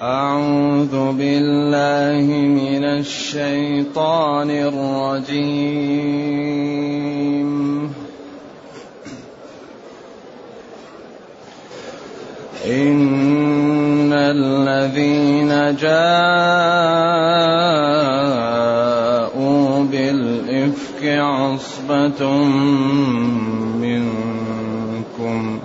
أعوذ بالله من الشيطان الرجيم. إن الذين جاءوا بالإفك عصبة منكم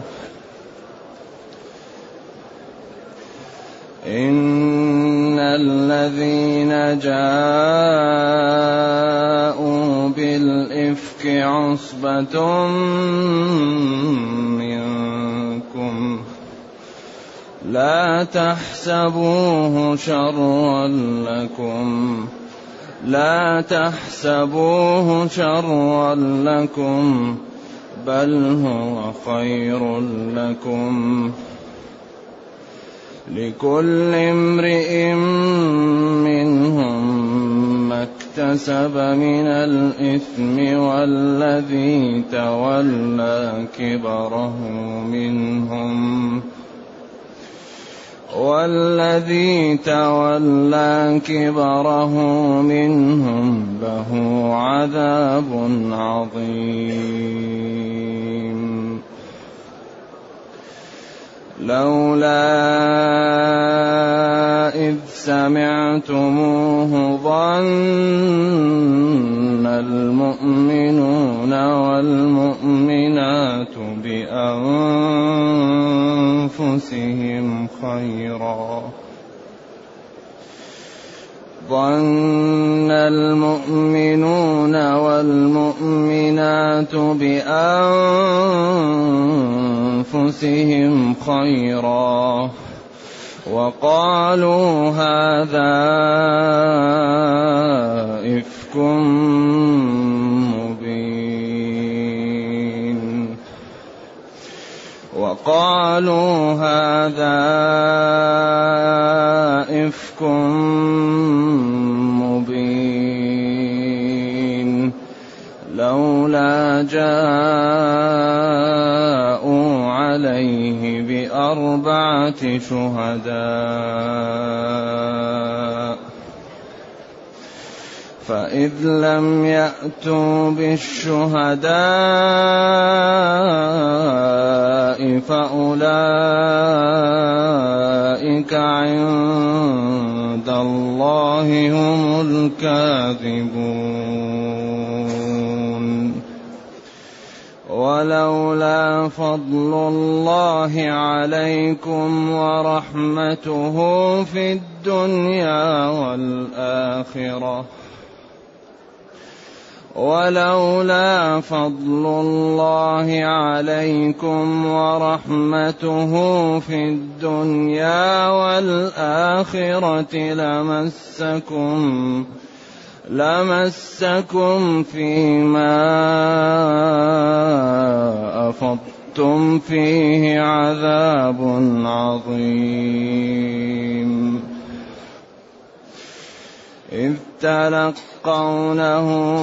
إن الذين جاءوا بالإفك عصبة منكم لا تحسبوه شرا لكم بل هو خير لكم لكل امرئ منهم ما اكتسب من الإثم والذي تولى كبره منهم له عذاب عظيم. لولا إذ سمعتموه ظن المؤمنون والمؤمنات بأنفسهم خيرا وقالوا هذا إفك مبين لولا جاءوا عليه بأربعة شهداء فإذ لم يأتوا بالشهداء فأولئك عند الله هم الكاذبون. ولولا فضل الله عليكم ورحمته في الدنيا والآخرة لمسكم فيما أفضتم فيه عذاب عظيم. إذ تلقونه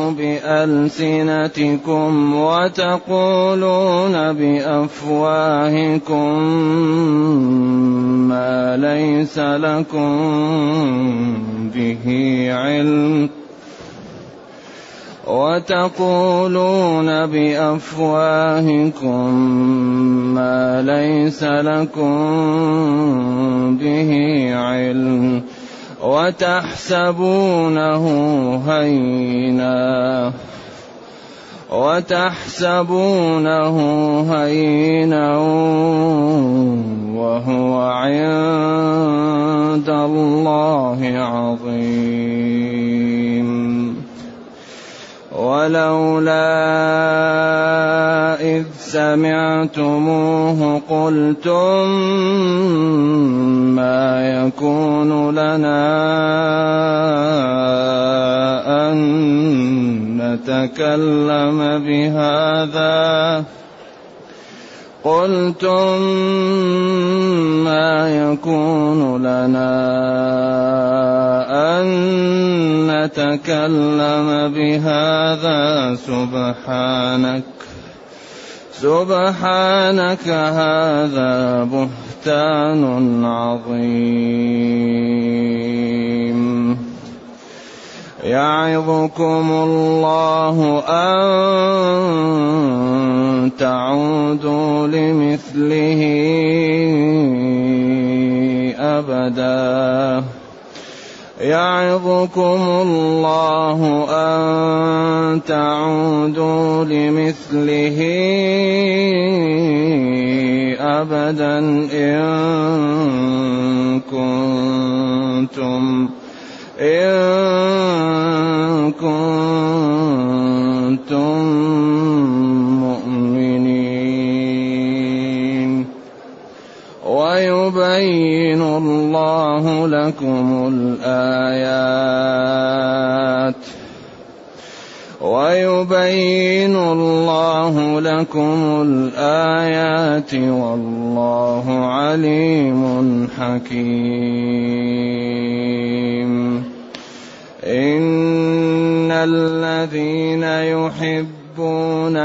بألسنتكم وتقولون بأفواهكم ما ليس لكم به علم وتحسبونه هينا وهو عند الله عظيم. ولولا إذ سمعتموه قلتم ما يكون لنا أن نتكلم بهذا سبحانك هذا بهتان عظيم. يعظكم الله أن تعودوا لمثله أبدا يعظكم الله أن تعودوا لمثله أبدا إن كنتم مؤمنين ويبين الله لكم الآيات والله عليم حكيم إن الذين يحبون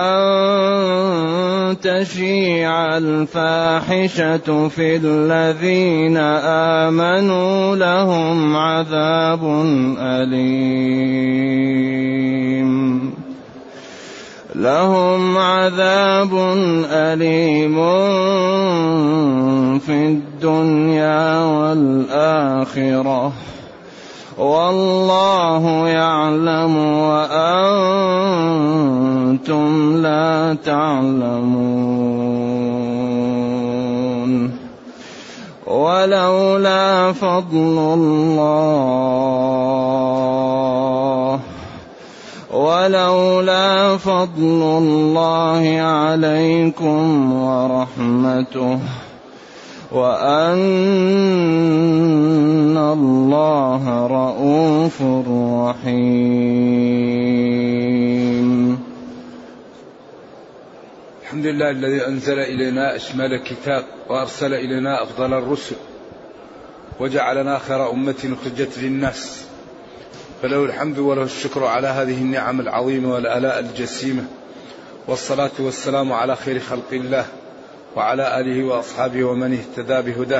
أن تشيع الفاحشة في الذين آمنوا لهم عذاب أليم في الدنيا والآخرة والله يعلم وأنتم لا تعلمون ولولا فضل الله عليكم ورحمته وأن الله رءوف رحيم. الحمد لله الذي أنزل إلينا أشمل الكتاب وأرسل إلينا أفضل الرسل وجعلنا خير أمة أخرجت للناس، فله الحمد وله الشكر على هذه النعم العظيمة والآلاء الجسيمة، والصلاة والسلام على خير خلق الله وعلى آله وأصحابه ومن اهتدى بهداه.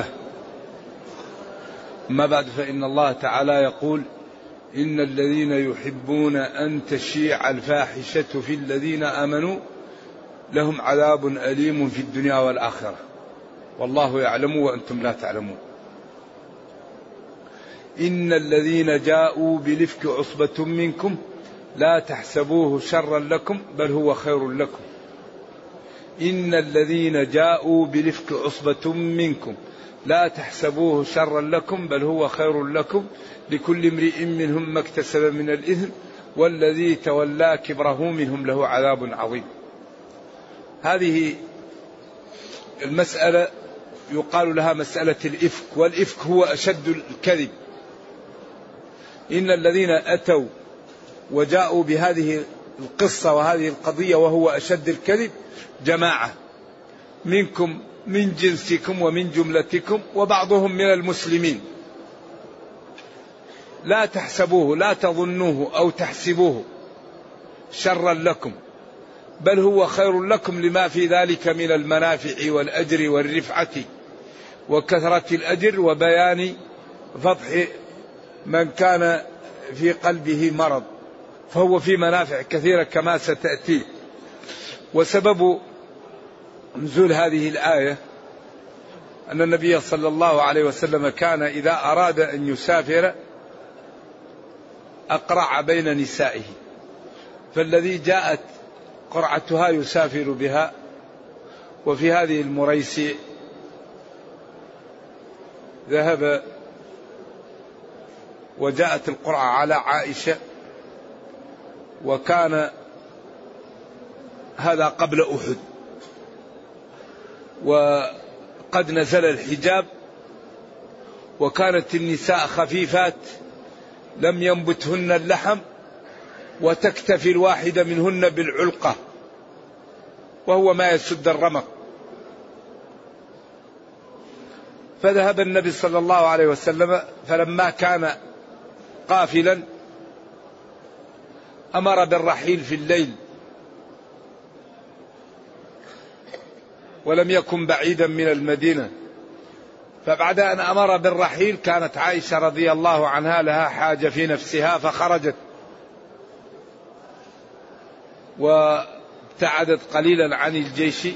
أما بعد، فإن الله تعالى يقول: إن الذين يحبون أن تشيع الفاحشة في الذين آمنوا لهم عذاب أليم في الدنيا والآخرة والله يعلم وأنتم لا تعلمون. إن الذين جاءوا بالإفك عصبة منكم لا تحسبوه شرا لكم بل هو خير لكم. إن الذين جاءوا بالإفك عصبة منكم لا تحسبوه شرا لكم بل هو خير لكم لكل امرئ منهم ما اكتسب من الإثم والذي تولى كبره منهم له عذاب عظيم. هذه المسألة يقال لها مسألة الإفك، والإفك هو أشد الكذب. إن الذين أتوا وجاءوا بهذه القصة وهذه القضية وهو أشد الكذب جماعة منكم من جنسكم ومن جملتكم وبعضهم من المسلمين. لا تحسبوه، لا تظنوه أو تحسبوه شرا لكم بل هو خير لكم لما في ذلك من المنافع والأجر والرفعة وكثرة الأجر وبيان فضح من كان في قلبه مرض، فهو في منافع كثيرة كما ستأتي. وسبب نزول هذه الآية أن النبي صلى الله عليه وسلم كان إذا أراد أن يسافر أقرع بين نسائه، فالذي جاءت قرعتها يسافر بها. وفي هذه المريسي ذهب وجاءت القرعة على عائشة، وكان هذا قبل أحد، وقد نزل الحجاب، وكانت النساء خفيفات لم ينبتهن اللحم، وتكتفي الواحدة منهن بالعلقة وهو ما يسد الرمق. فذهب النبي صلى الله عليه وسلم، فلما كان قافلا أمر بالرحيل في الليل، ولم يكن بعيدا من المدينة، فبعد أن أمر بالرحيل كانت عائشة رضي الله عنها لها حاجة في نفسها فخرجت وابتعدت قليلا عن الجيش.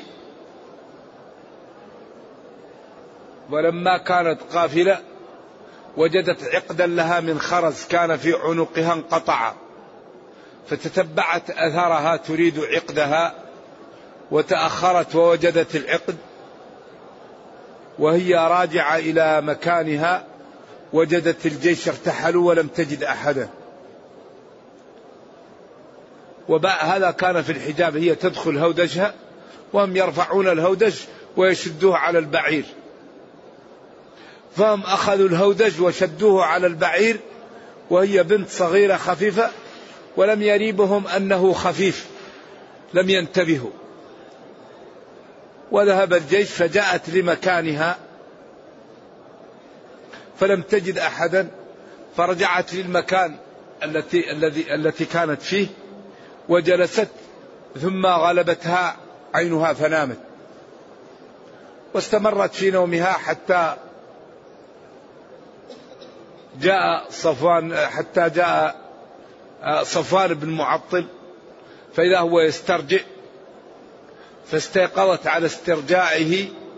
ولما كانت قافلة وجدت عقدا لها من خرز كان في عنقها انقطع، فتتبعت أثرها تريد عقدها وتأخرت ووجدت العقد، وهي راجعة إلى مكانها وجدت الجيش ارتحلوا ولم تجد أحدا. وهذا كان في الحجاب، هي تدخل هودجها وهم يرفعون الهودج ويشدوه على البعير، فهم أخذوا الهودج وشدوه على البعير وهي بنت صغيرة خفيفة، ولم يريبهم أنه خفيف، لم ينتبهوا. وذهب الجيش فجاءت لمكانها فلم تجد أحدا، فرجعت للمكان التي كانت فيه وجلست، ثم غلبتها عينها فنامت، واستمرت في نومها حتى جاء صفوان بن معطل، فإذا هو يسترجع، فاستيقظت على استرجاعه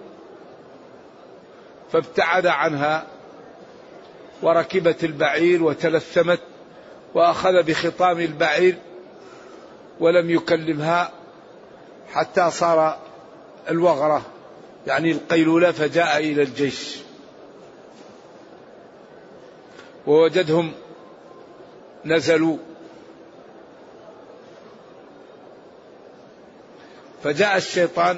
فابتعد عنها وركبت البعير وتلثمت، وأخذ بخطام البعير ولم يكلمها حتى صار الوغرة يعني القيلولة، فجاء إلى الجيش ووجدهم نزلوا، فجاء الشيطان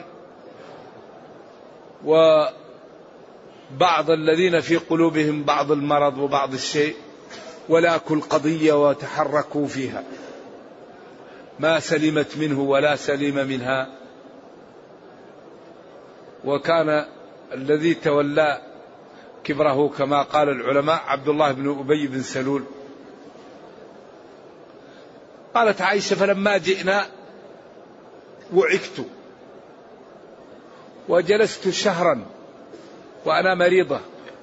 وبعض الذين في قلوبهم بعض المرض وبعض الشيء ولاكوا القضية وتحركوا فيها، ما سلمت منه ولا سلم منها. وكان الذي تولى كبره كما قال العلماء عبد الله بن أبي بن سلول. قالت عائشة فلما جئنا وعكت وجلست شهرا وأنا مريضة،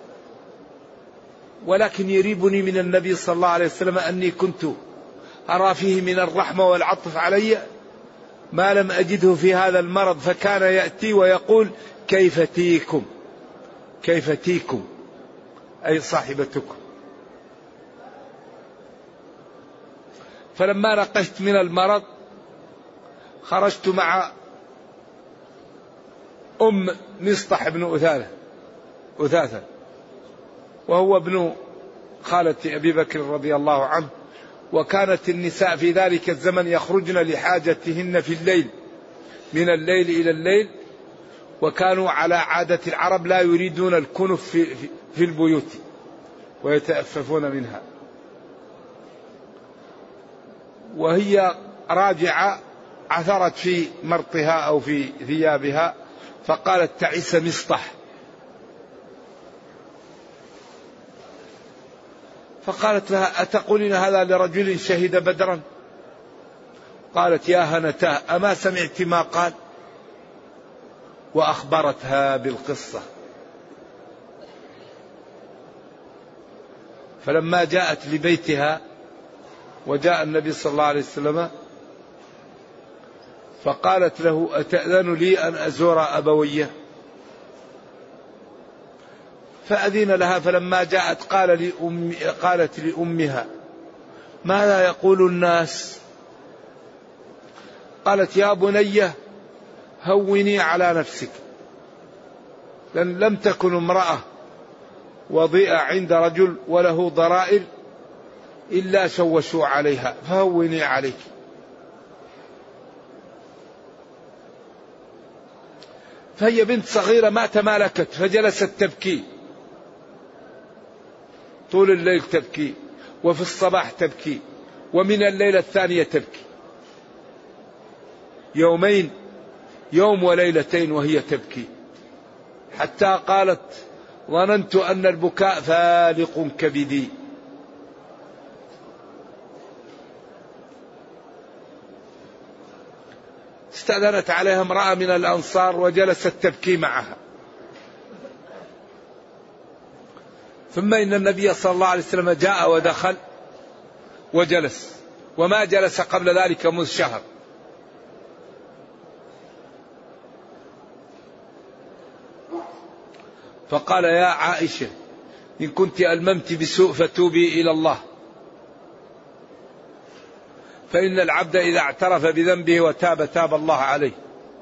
ولكن يريبني من النبي صلى الله عليه وسلم أني كنت أرى فيه من الرحمة والعطف علي ما لم أجده في هذا المرض، فكان يأتي ويقول كيف تيكم، كيف تيكم أي صاحبتكم. فلما نقشت من المرض خرجت مع مصطح بن أثاثة وهو ابن خالة أبي بكر رضي الله عنه. وكانت النساء في ذلك الزمن يخرجن لحاجتهن في الليل من الليل إلى الليل، وكانوا على عادة العرب لا يريدون الكنف في البيوت ويتأففون منها. وهي راجعة عثرت في مرطها أو في ثيابها فقالت تعس مصطح، فقالت لها أتقولين هذا لرجل شهد بدرا؟ قالت يا هنتاه أما سمعت ما قال؟ وأخبرتها بالقصة. فلما جاءت لبيتها وجاء النبي صلى الله عليه وسلم فقالت له أتأذن لي أن أزور أبويه؟ فأذن لها. فلما جاءت قالت لأمها ماذا يقول الناس؟ قالت يا بنية هوني على نفسك، لم تكن امرأة وضيئة عند رجل وله ضرائر إلا شوشوا عليها، فهوني عليك. فهي بنت صغيرة ما تمالكت فجلست تبكي طول الليل، تبكي وفي الصباح تبكي ومن الليلة الثانية تبكي، يومين، يوم وليلتين وهي تبكي، حتى قالت ظننت أن البكاء فالق كبدي. استأذنت عليها امرأة من الأنصار وجلست تبكي معها، ثم إن النبي صلى الله عليه وسلم جاء ودخل وجلس، وما جلس قبل ذلك منذ شهر. فقال: يا عائشة، إن كنت ألممت بسوء فتوبي إلى الله، فإن العبد إذا اعترف بذنبه وتاب تاب الله عليه.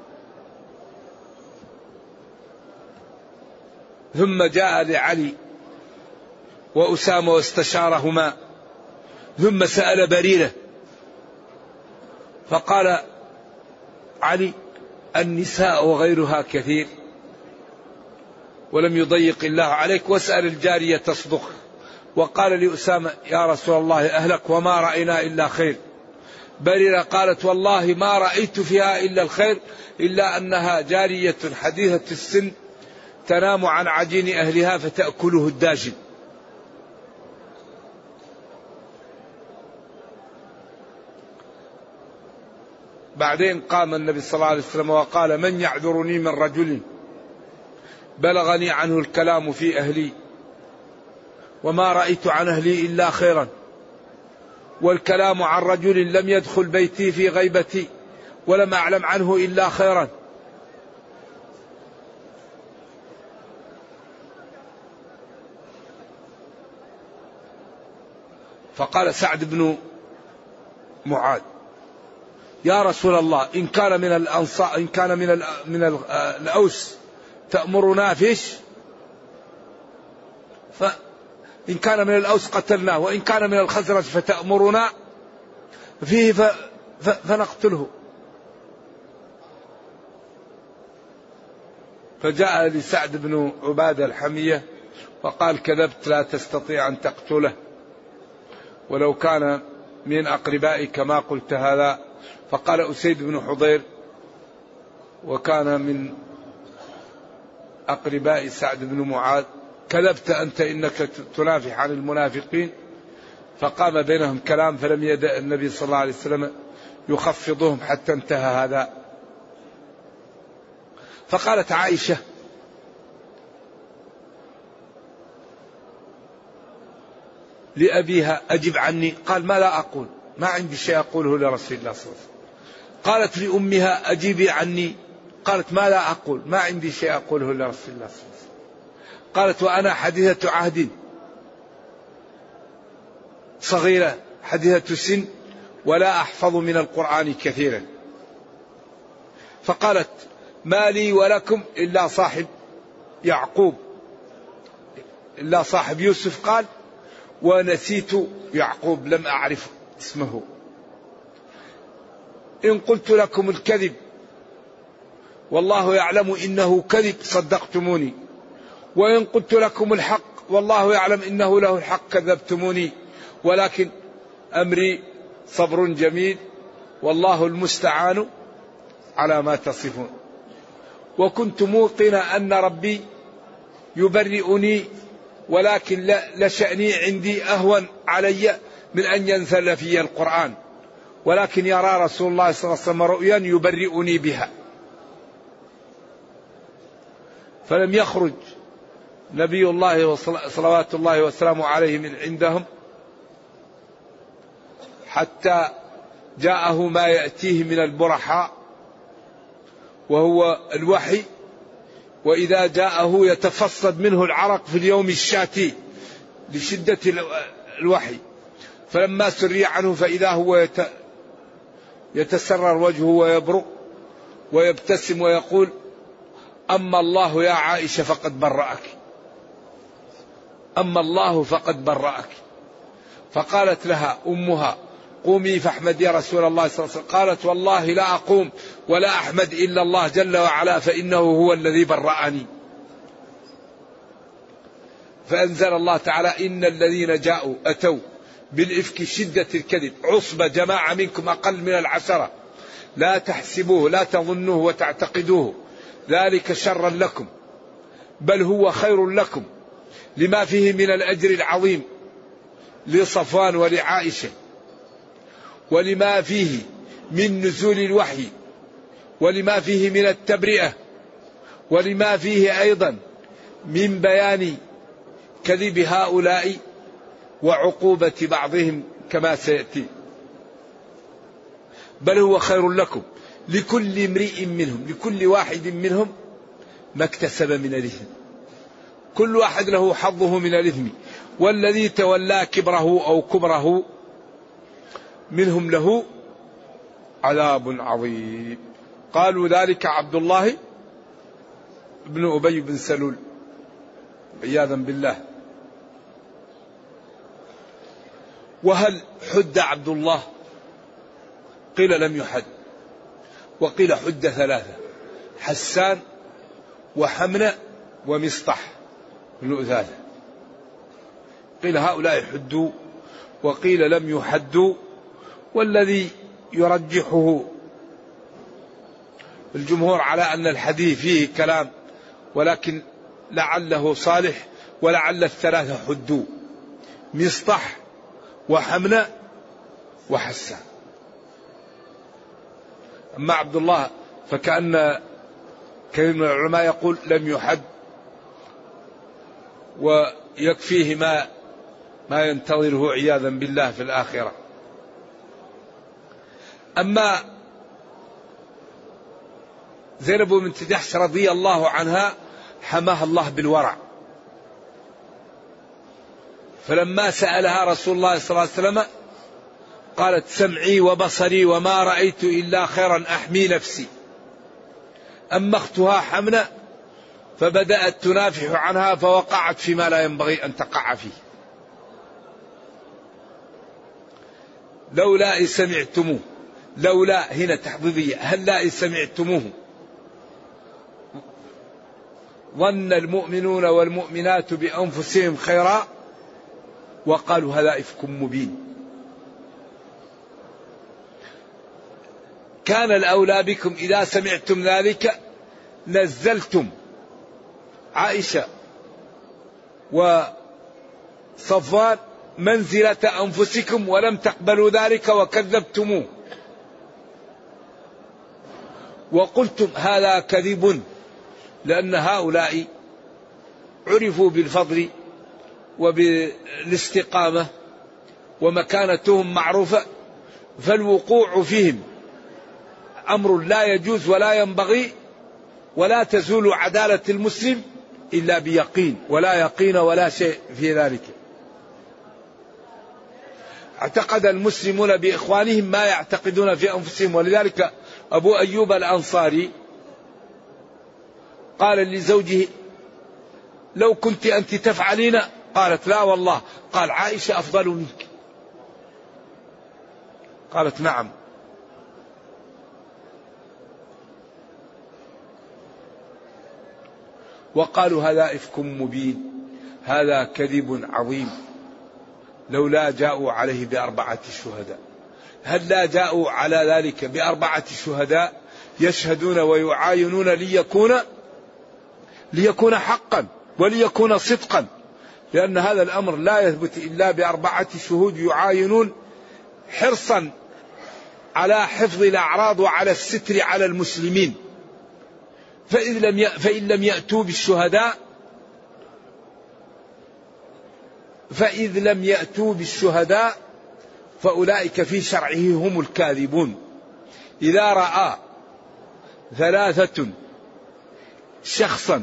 ثم جاء لعلي وأسامة واستشارهما، ثم سأل بريرة، فقال علي: النساء وغيرها كثير ولم يضيق الله عليك، واسأل الجارية تصدق. وقال لأسامة: يا رسول الله أهلك وما رأينا إلا خير. بريرة قالت: والله ما رأيت فيها إلا الخير، إلا أنها جارية حديثة السن تنام عن عجين أهلها فتأكله الداجن. بعدين قام النبي صلى الله عليه وسلم وقال: من يعذرني من رجل بلغني عنه الكلام في أهلي وما رأيت عن أهلي إلا خيرا، والكلام عن رجل لم يدخل بيتي في غيبتي ولم أعلم عنه إلا خيرا. فقال سعد بن معاذ: يا رسول الله، إن كان من الأنصار، إن كان من الأوس تأمرنا فيش، فإن كان من الأوس قتلناه، وإن كان من الخزرج فتأمرنا فيه فنقتله. فجاء لسعد بن عبادة الحمية وقال: كذبت، لا تستطيع أن تقتله، ولو كان من أقربائك ما قلت هذا. فقال أسيد بن حضير، وكان من أقرباء سعد بن معاذ: كذبت أنت، إنك تنافح عن المنافقين. فقام بينهم كلام، فلم يدع النبي صلى الله عليه وسلم يخفضهم حتى انتهى هذا. فقالت عائشة: لأبيها: أجب عني. قال: ما لا أقول، ما عندي شيء أقوله لرسول الله صلى الله عليه وسلم. قالت لأمها: أجيبي عني. قالت: ما لا أقول، ما عندي شيء أقوله لرسول الله صلى الله عليه وسلم. قالت: وأنا حديثة عهد صغيرة حديثة سن ولا أحفظ من القرآن كثيرا. فقالت: ما لي ولكم إلا صاحب يعقوب، إلا صاحب يوسف. قال: ونسيت يعقوب، لم أعرف اسمه. إن قلت لكم الكذب والله يعلم إنه كذب صدقتموني، وإن قلت لكم الحق والله يعلم إنه له الحق كذبتموني، ولكن أمري صبر جميل والله المستعان على ما تصفون. وكنت موقنا أن ربي يبرئني، ولكن لشأني عندي أهون علي من أن ينزل في القرآن، ولكن يرى رسول الله صلى الله عليه وسلم رؤيا يبرئني بها. فلم يخرج نبي الله صلوات الله وسلامه عليه من عندهم حتى جاءه ما يأتيه من البرحاء وهو الوحي، وإذا جاءه يتفصد منه العرق في اليوم الشاتي لشدة الوحي. فلما سري عنه فإذا هو يتسرر وجهه ويبرق ويبتسم ويقول: أما الله يا عائشة فقد برأك، أما الله فقد برأك. فقالت لها أمها: قومي فاحمد يا رسول الله صلى الله عليه وسلم. قالت: والله لا أقوم ولا أحمد إلا الله جل وعلا، فإنه هو الذي برأني. فأنزل الله تعالى: إن الذين جاءوا أتوا بالإفك شدة الكذب عصبة جماعة منكم أقل من 10 لا تحسبوه، لا تظنوه وتعتقدوه ذلك شرا لكم، بل هو خير لكم، لما فيه من الأجر العظيم لصفوان ولعائشة، ولما فيه من نزول الوحي، ولما فيه من التبرئة، ولما فيه أيضا من بيان كذب هؤلاء وعقوبة بعضهم كما سيأتي، بل هو خير لكم لكل امرئ منهم، لكل واحد منهم ما اكتسب من الإثم، كل واحد له حظه من الإثم، والذي تولى كبره أو كبره منهم له عذاب عظيم. قالوا ذلك عبد الله بن أبي بن سلول عياذا بالله. وهل حد عبد الله؟ قيل لم يحد، وقيل حد ثلاثة: حسان وحمنة ومصطح بن أثاثة. قيل هؤلاء حدوا، وقيل لم يحدوا، والذي يرجحه الجمهور على أن الحديث فيه كلام، ولكن لعله صالح، ولعل الثلاثة حدوا: مصطح وحمنة وحسان. أما عبد الله فكأن كثير من العلماء يقول لم يحد، ويكفيه ما ينتظره عياذا بالله في الآخرة. أما زينب بنت جحش رضي الله عنها حماها الله بالورع، فلما سألها رسول الله صلى الله عليه وسلم قالت: سمعي وبصري وما رأيت إلا خيرا أحمي نفسي. أما أختها حمنة فبدأت تنافح عنها فوقعت فيما لا ينبغي أن تقع فيه. لولا إن سمعتموه، لولا هنا تحضيضية، هلا إن سمعتموه ظن المؤمنون والمؤمنات بأنفسهم خيرا وقالوا هذا إفك مبين. كان الأولى بكم إذا سمعتم ذلك نزلتم عائشة وصفوان منزلة أنفسكم ولم تقبلوا ذلك وكذبتموه، وقلتم هذا كذب، لأن هؤلاء عرفوا بالفضل وبالاستقامة ومكانتهم معروفة، فالوقوع فيهم أمر لا يجوز ولا ينبغي، ولا تزول عدالة المسلم إلا بيقين، ولا يقين ولا شيء في ذلك. اعتقد المسلمون بإخوانهم ما يعتقدون في أنفسهم، ولذلك أبو أيوب الأنصاري قال لزوجه: لو كنت أنت تفعلين؟ قالت: لا والله. قال: عائشة أفضل منك؟ قالت: نعم. وقالوا هذا إفك مبين، هذا كذب عظيم، لولا جاءوا عليه بأربعة شهداء. هل لا جاءوا على ذلك بأربعة شهداء يشهدون ويعاينون ليكون حقا وليكون صدقا، لأن هذا الأمر لا يثبت إلا بأربعة شهود يعاينون حرصا على حفظ الأعراض وعلى الستر على المسلمين. فإن لم يأتوا بالشهداء فأولئك في شرعه هم الكاذبون. إذا رأى ثلاثة شخصا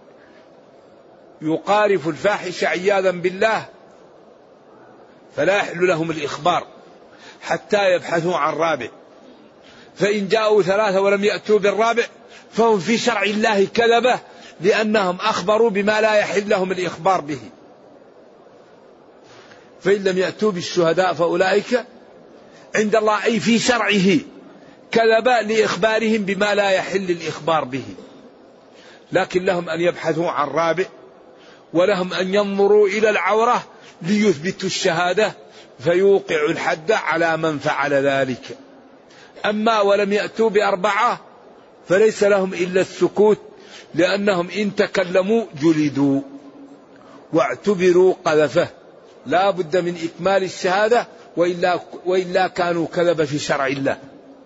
يقارف الفاحش عياذا بالله فلا يحل لهم الإخبار حتى يبحثوا عن رابع، فإن جاءوا ثلاثة ولم يأتوا بالرابع فهم في شرع الله كذبة، لأنهم أخبروا بما لا يحل لهم الإخبار به. فإن لم يأتوا بالشهداء فأولئك عند الله أي في شرعه كذبة لإخبارهم بما لا يحل الإخبار به، لكن لهم أن يبحثوا عن رابع، ولهم أن ينظروا إلى العورة ليثبتوا الشهادة فيوقع الحد على من فعل ذلك. أما ولم يأتوا بأربعة فليس لهم إلا السكوت، لأنهم إن تكلموا جلدوا واعتبروا قذفة، لا بد من إكمال الشهادة وإلا كانوا كذب في شرع الله.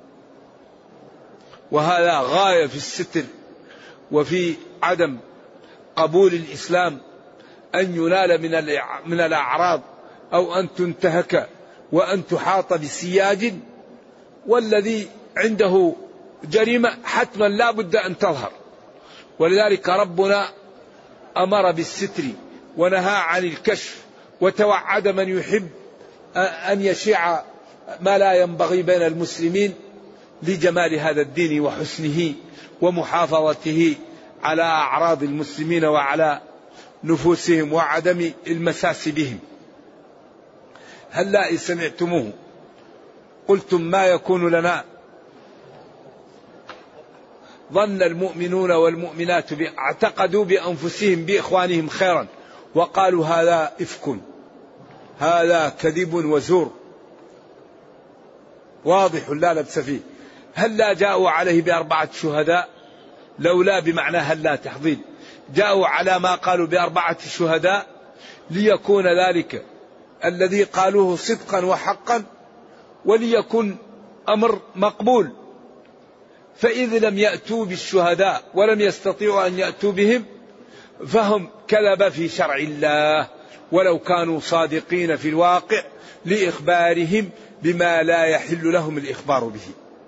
وهذا غاية في الستر وفي عدم قبول الإسلام أن ينال من الأعراض أو أن تنتهك وأن تحاط بسياج، والذي عنده جريمة حتما لا بد أن تظهر. ولذلك ربنا أمر بالستر ونهى عن الكشف، وتوعد من يحب أن يشيع ما لا ينبغي بين المسلمين لجمال هذا الدين وحسنه ومحافظته على أعراض المسلمين وعلى نفوسهم وعدم المساس بهم. هلا إن سمعتموه قلتم ما يكون لنا، ظن المؤمنون والمؤمنات اعتقدوا بأنفسهم بإخوانهم خيرا وقالوا هذا إفك، هذا كذب وزور واضح لا لبس فيه. هلا جاءوا عليه ب4 شهداء، لولا بمعنى هلا تحضيل، جاءوا على ما قالوا ب4 شهداء ليكون ذلك الذي قالوه صدقا وحقا وليكن أمر مقبول. فإذ لم يأتوا بالشهداء ولم يستطيعوا أن يأتوا بهم فهم كذب في شرع الله، ولو كانوا صادقين في الواقع لإخبارهم بما لا يحل لهم الإخبار به،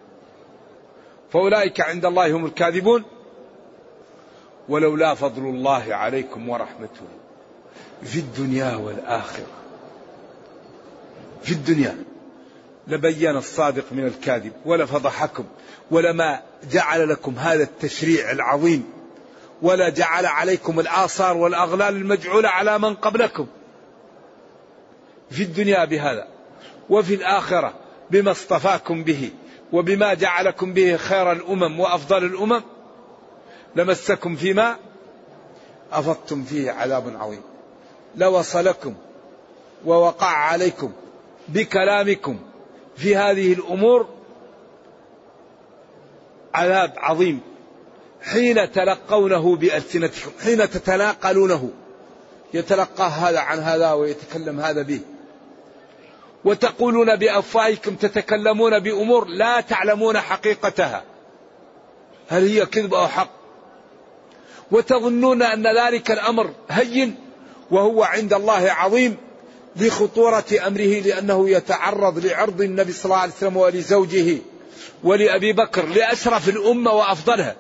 فأولئك عند الله هم الكاذبون. ولولا فضل الله عليكم ورحمته في الدنيا والآخرة، في الدنيا لبين الصادق من الكاذب ولفضحكم، ولما جعل لكم هذا التشريع العظيم، ولا جعل عليكم الآثار والأغلال المجعولة على من قبلكم في الدنيا بهذا، وفي الآخرة بما اصطفاكم به وبما جعلكم به خير الأمم وأفضل الأمم، لمسكم فيما أفضتم فيه عذاب عظيم. لوصلكم ووقع عليكم بكلامكم في هذه الأمور عذاب عظيم حين تلقونه بألسنتكم، حين تتناقلونه، يتلقى هذا عن هذا ويتكلم هذا به، وتقولون بأفواهكم، تتكلمون بأمور لا تعلمون حقيقتها هل هي كذب أو حق، وتظنون أن ذلك الأمر هين وهو عند الله عظيم لخطورة أمره، لأنه يتعرض لعرض النبي صلى الله عليه وسلم ولزوجه ولأبي بكر لأشرف الأمة وأفضلها.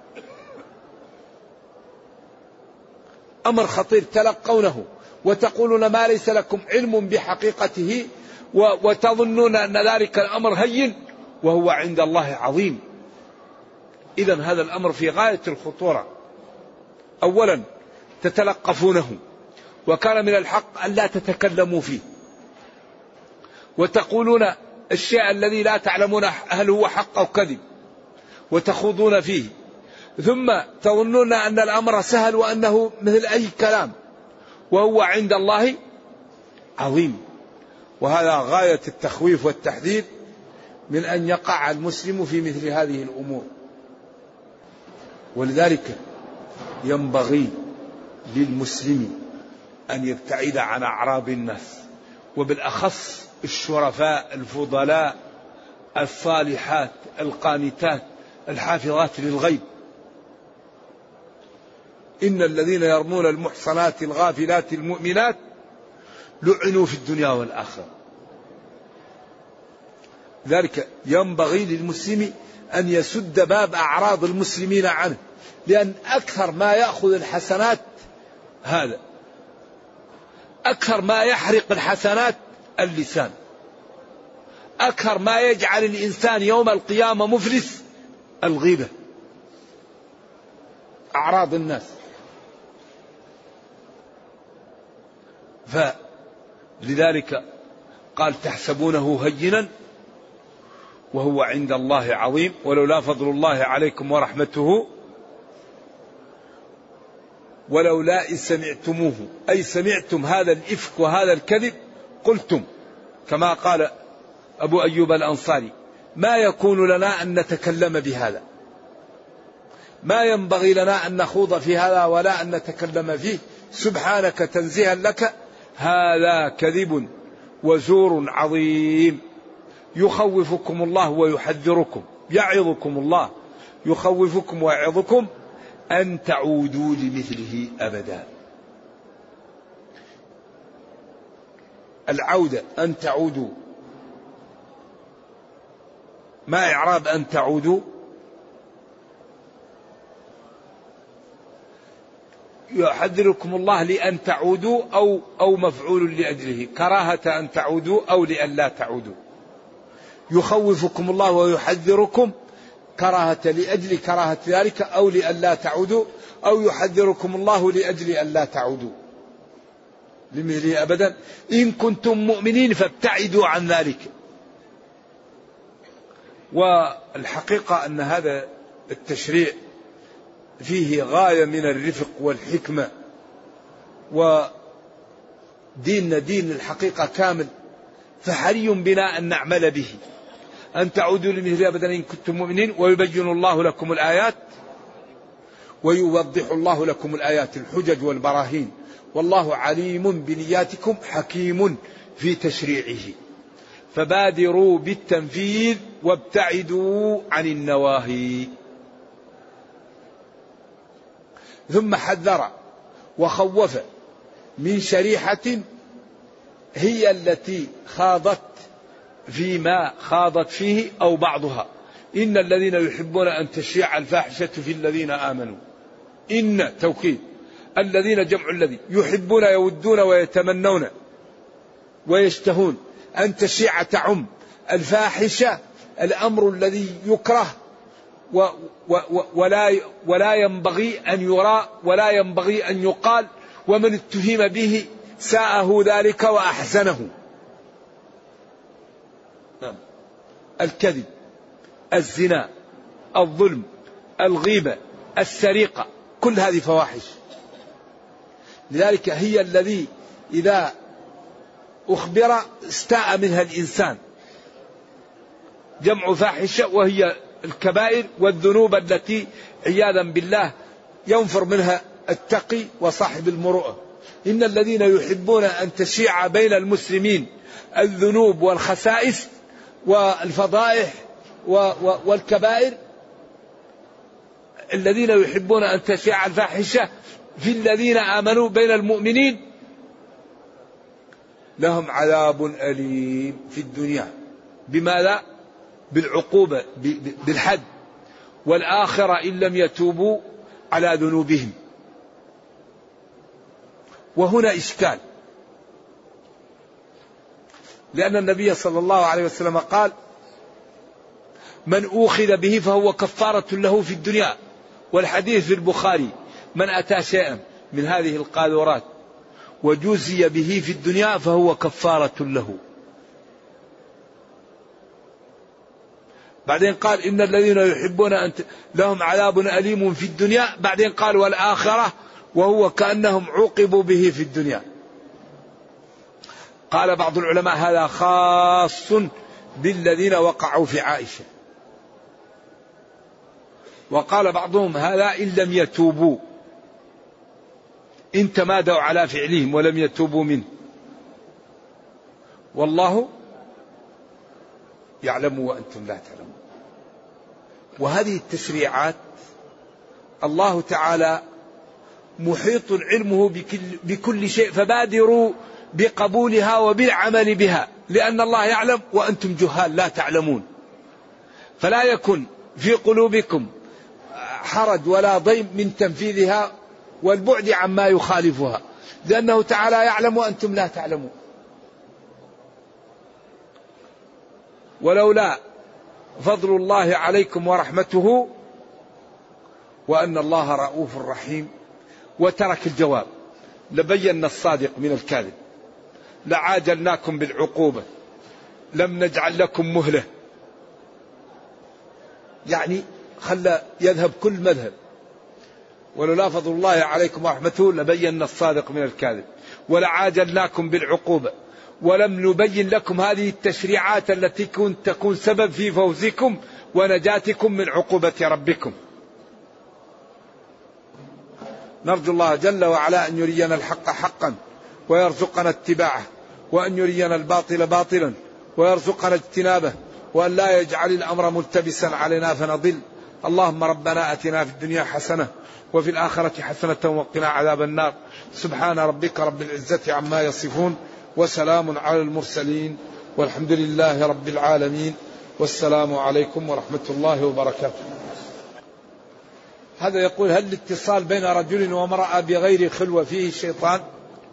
أمر خطير تلقونه وتقولون ما ليس لكم علم بحقيقته، وتظنون أن ذلك الأمر هين وهو عند الله عظيم. إذن هذا الأمر في غاية الخطورة. أولا تتلقفونه، وكان من الحق أن لا تتكلموا فيه، وتقولون الشيء الذي لا تعلمون هل هو حق أو كذب وتخوضون فيه، ثم تظنون أن الأمر سهل وأنه مثل أي كلام وهو عند الله عظيم. وهذا غاية التخويف والتحذير من أن يقع المسلم في مثل هذه الأمور. ولذلك ينبغي للمسلم أن يبتعد عن أعراض الناس، وبالأخص الشرفاء الفضلاء الصالحات القانتات الحافظات للغيب. إن الذين يرمون المحصنات الغافلات المؤمنات لعنوا في الدنيا والآخرة. ذلك ينبغي للمسلم أن يسد باب أعراض المسلمين عنه، لأن أكثر ما يأخذ الحسنات هذا، أكثر ما يحرق الحسنات اللسان، أكثر ما يجعل الإنسان يوم القيامة مفلس الغيبة، أعراض الناس. فلذلك قال تحسبونه هينا وهو عند الله عظيم، ولولا فضل الله عليكم ورحمته ولولا إن سمعتموه، أي سمعتم هذا الإفك وهذا الكذب قلتم كما قال أبو أيوب الأنصاري ما يكون لنا أن نتكلم بهذا، ما ينبغي لنا أن نخوض في هذا ولا أن نتكلم فيه، سبحانك تنزيها لك، هذا كذب وزور عظيم. يخوفكم الله ويحذركم، يعظكم الله يخوفكم ويعظكم أن تعودوا لمثله أبدا. العودة أن تعودوا. ما إعراب أن تعودوا؟ يحذركم الله لأن تعودوا أو مفعول لأجله، كراهة أن تعودوا أو لأن لا تعودوا. يخوفكم الله ويحذركم كراهة لأجل كراهة ذلك أو لأن لا تعودوا، أو يحذركم الله لأجل أن لا تعودوا لمثله أبدا إن كنتم مؤمنين فابتعدوا عن ذلك. والحقيقة أن هذا التشريع فيه غاية من الرفق والحكمة، وديننا دين الحقيقة كامل، فحري بنا أن نعمل به. أن تعودوا لمثله أبدا إن كنتم مؤمنين، ويبين الله لكم الآيات ويوضح الله لكم الآيات الحجج والبراهين، والله عليم بنياتكم حكيم في تشريعه، فبادروا بالتنفيذ وابتعدوا عن النواهي. ثم حذر وخوف من شريحة هي التي خاضت فيما خاضت فيه أو بعضها. إن الذين يحبون أن تشيع الفاحشة في الذين آمنوا، إن توكيد، الذين جمع الذي يحبون يودون ويتمنون ويشتهون أن تشيع تعم الفاحشة، الأمر الذي يكره ولا ينبغي أن يرى ولا ينبغي أن يقال، ومن اتهم به ساءه ذلك وأحسنه. الكذب، الزنا، الظلم، الغيبة، السرقة، كل هذه فواحش. لذلك هي الذي إذا أخبر استاء منها الإنسان، جمع فاحشة، وهي الكبائر والذنوب التي عياذا بالله ينفر منها التقي وصاحب المروءة. إن الذين يحبون أن تشيع بين المسلمين الذنوب والخسائس والفضائح والكبائر، الذين يحبون أن تشيع الفاحشة في الذين آمنوا بين المؤمنين لهم عذاب أليم في الدنيا. بماذا؟ بالعقوبة، بالحد، والآخرة إن لم يتوبوا على ذنوبهم. وهنا إشكال، لأن النبي صلى الله عليه وسلم قال: من أوخذ به فهو كفارة له في الدنيا. والحديث في البخاري: من أتى شيئا من هذه القاذورات وجوزي به في الدنيا فهو كفارة له. بعدين قال: إن الذين يحبون أن لهم عذاب أليم في الدنيا. بعدين قال: والآخرة، وهو كأنهم عوقبوا به في الدنيا. قال بعض العلماء: هذا خاص بالذين وقعوا في عائشة. وقال بعضهم: هذا إن لم يتوبوا، إن تمادوا على فعلهم ولم يتوبوا منه، والله يعلم وأنتم لا تعلمون. وهذه التشريعات الله تعالى محيط علمه بكل شيء، فبادروا بقبولها وبالعمل بها، لأن الله يعلم وأنتم جهال لا تعلمون. فلا يكن في قلوبكم حرج ولا ضيم من تنفيذها والبعد عما يخالفها، لأنه تعالى يعلم وأنتم لا تعلمون. ولولا فضل الله عليكم ورحمته وأن الله رؤوف رحيم، وترك الجواب، لبين الصادق من الكاذب، لعاجلناكم بالعقوبة، لم نجعل لكم مهلة. يعني خلى يذهب كل مذهب. ولولا فضل الله عليكم ورحمته لبين الصادق من الكاذب، ولعاجلناكم بالعقوبة، ولم نبين لكم هذه التشريعات التي تكون سبب في فوزكم ونجاتكم من عقوبة ربكم. نرجو الله جل وعلا أن يرينا الحق حقا ويرزقنا اتباعه، وأن يرينا الباطل باطلا ويرزقنا اجتنابه، وأن لا يجعل الأمر ملتبسا علينا فنضل. اللهم ربنا أتنا في الدنيا حسنة وفي الآخرة حسنة وقنا عذاب النار. سبحان ربك رب العزة عما يصفون، وسلام على المرسلين والحمد لله رب العالمين، والسلام عليكم ورحمة الله وبركاته. هذا يقول: هل الاتصال بين رجل وامرأة بغير خلوة فيه الشيطان؟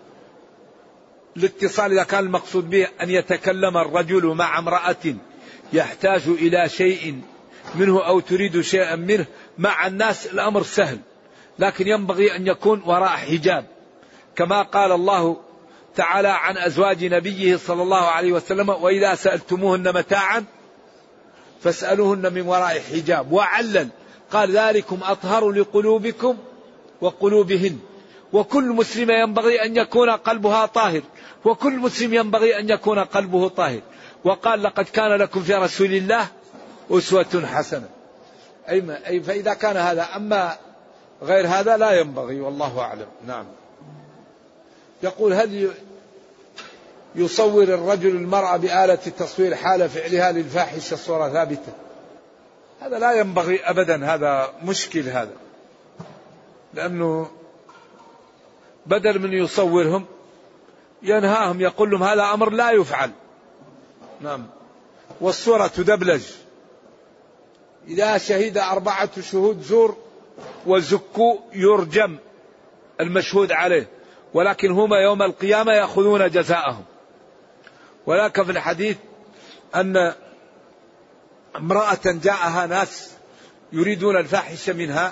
الاتصال إذا كان المقصود به أن يتكلم الرجل مع امرأة يحتاج إلى شيء منه أو تريد شيئا منه مع الناس، الأمر سهل، لكن ينبغي أن يكون وراء حجاب، كما قال الله تعالى عن أزواج نبيه صلى الله عليه وسلم: وإذا سألتموهن متاعا فاسألوهن من وراء حجاب. وعلل قال: ذلكم أطهر لقلوبكم وقلوبهن. وكل مسلم ينبغي أن يكون قلبها طاهر، وكل مسلم ينبغي أن يكون قلبه طاهر. وقال: لقد كان لكم في رسول الله أسوة حسنة. أي فإذا كان هذا، أما غير هذا لا ينبغي، والله أعلم. نعم. يقول: هل يصور الرجل المرأة بآلة التصوير حال فعلها للفاحشة صورة ثابتة؟ هذا لا ينبغي أبدا، هذا مشكل هذا، لأنه بدل من يصورهم ينهاهم، يقول لهم هذا أمر لا يفعل. نعم. والصورة تدبلج. إذا شهد 4 شهود زور وزكوا يرجم المشهود عليه، ولكن هما يوم القيامة يأخذون جزاءهم. ولكن في الحديث أن امرأة جاءها ناس يريدون الفاحشة منها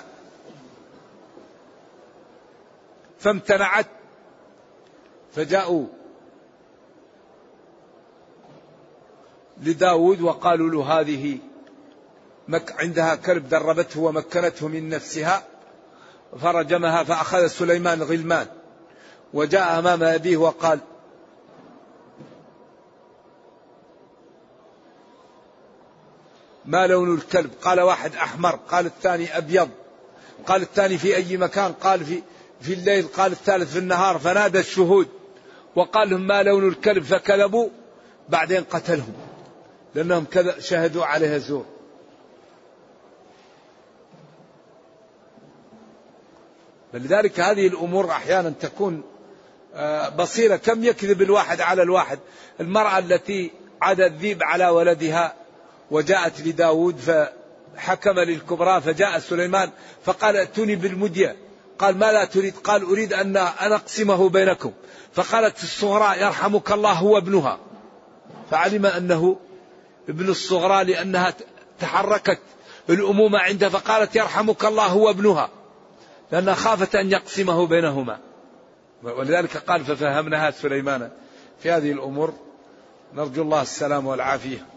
فامتنعت، فجاءوا لداود وقالوا له: هذه عندها كلب دربته ومكنته من نفسها، فرجمها. فأخذ سليمان غلمان وجاء أمام أبيه وقال: ما لون الكلب؟ قال: واحد أحمر. قال الثاني أبيض. قال الثاني: في أي مكان؟ قال في الليل. قال الثالث في النهار. فنادى الشهود وقال لهم: ما لون الكلب؟ فكذبوا، بعدين قتلهم لأنهم شهدوا عليها زور. فلذلك هذه الأمور أحيانا تكون بصيرة. كم يكذب الواحد على الواحد. المرأة التي عاد الذئب على ولدها وجاءت لداود فحكم للكبرى، فجاء سليمان فقال: ائتوني بالمدية. قال: ما لا تريد؟ قال: أريد أن أقسمه بينكم. فقالت الصغرى: يرحمك الله هو ابنها. فعلم أنه ابن الصغرى لأنها تحركت الأمومة عندها، فقالت: يرحمك الله هو ابنها، لأنها خافت أن يقسمه بينهما. ولذلك قال: ففهمناها سليمان في هذه الأمور. نرجو الله السلام والعافية.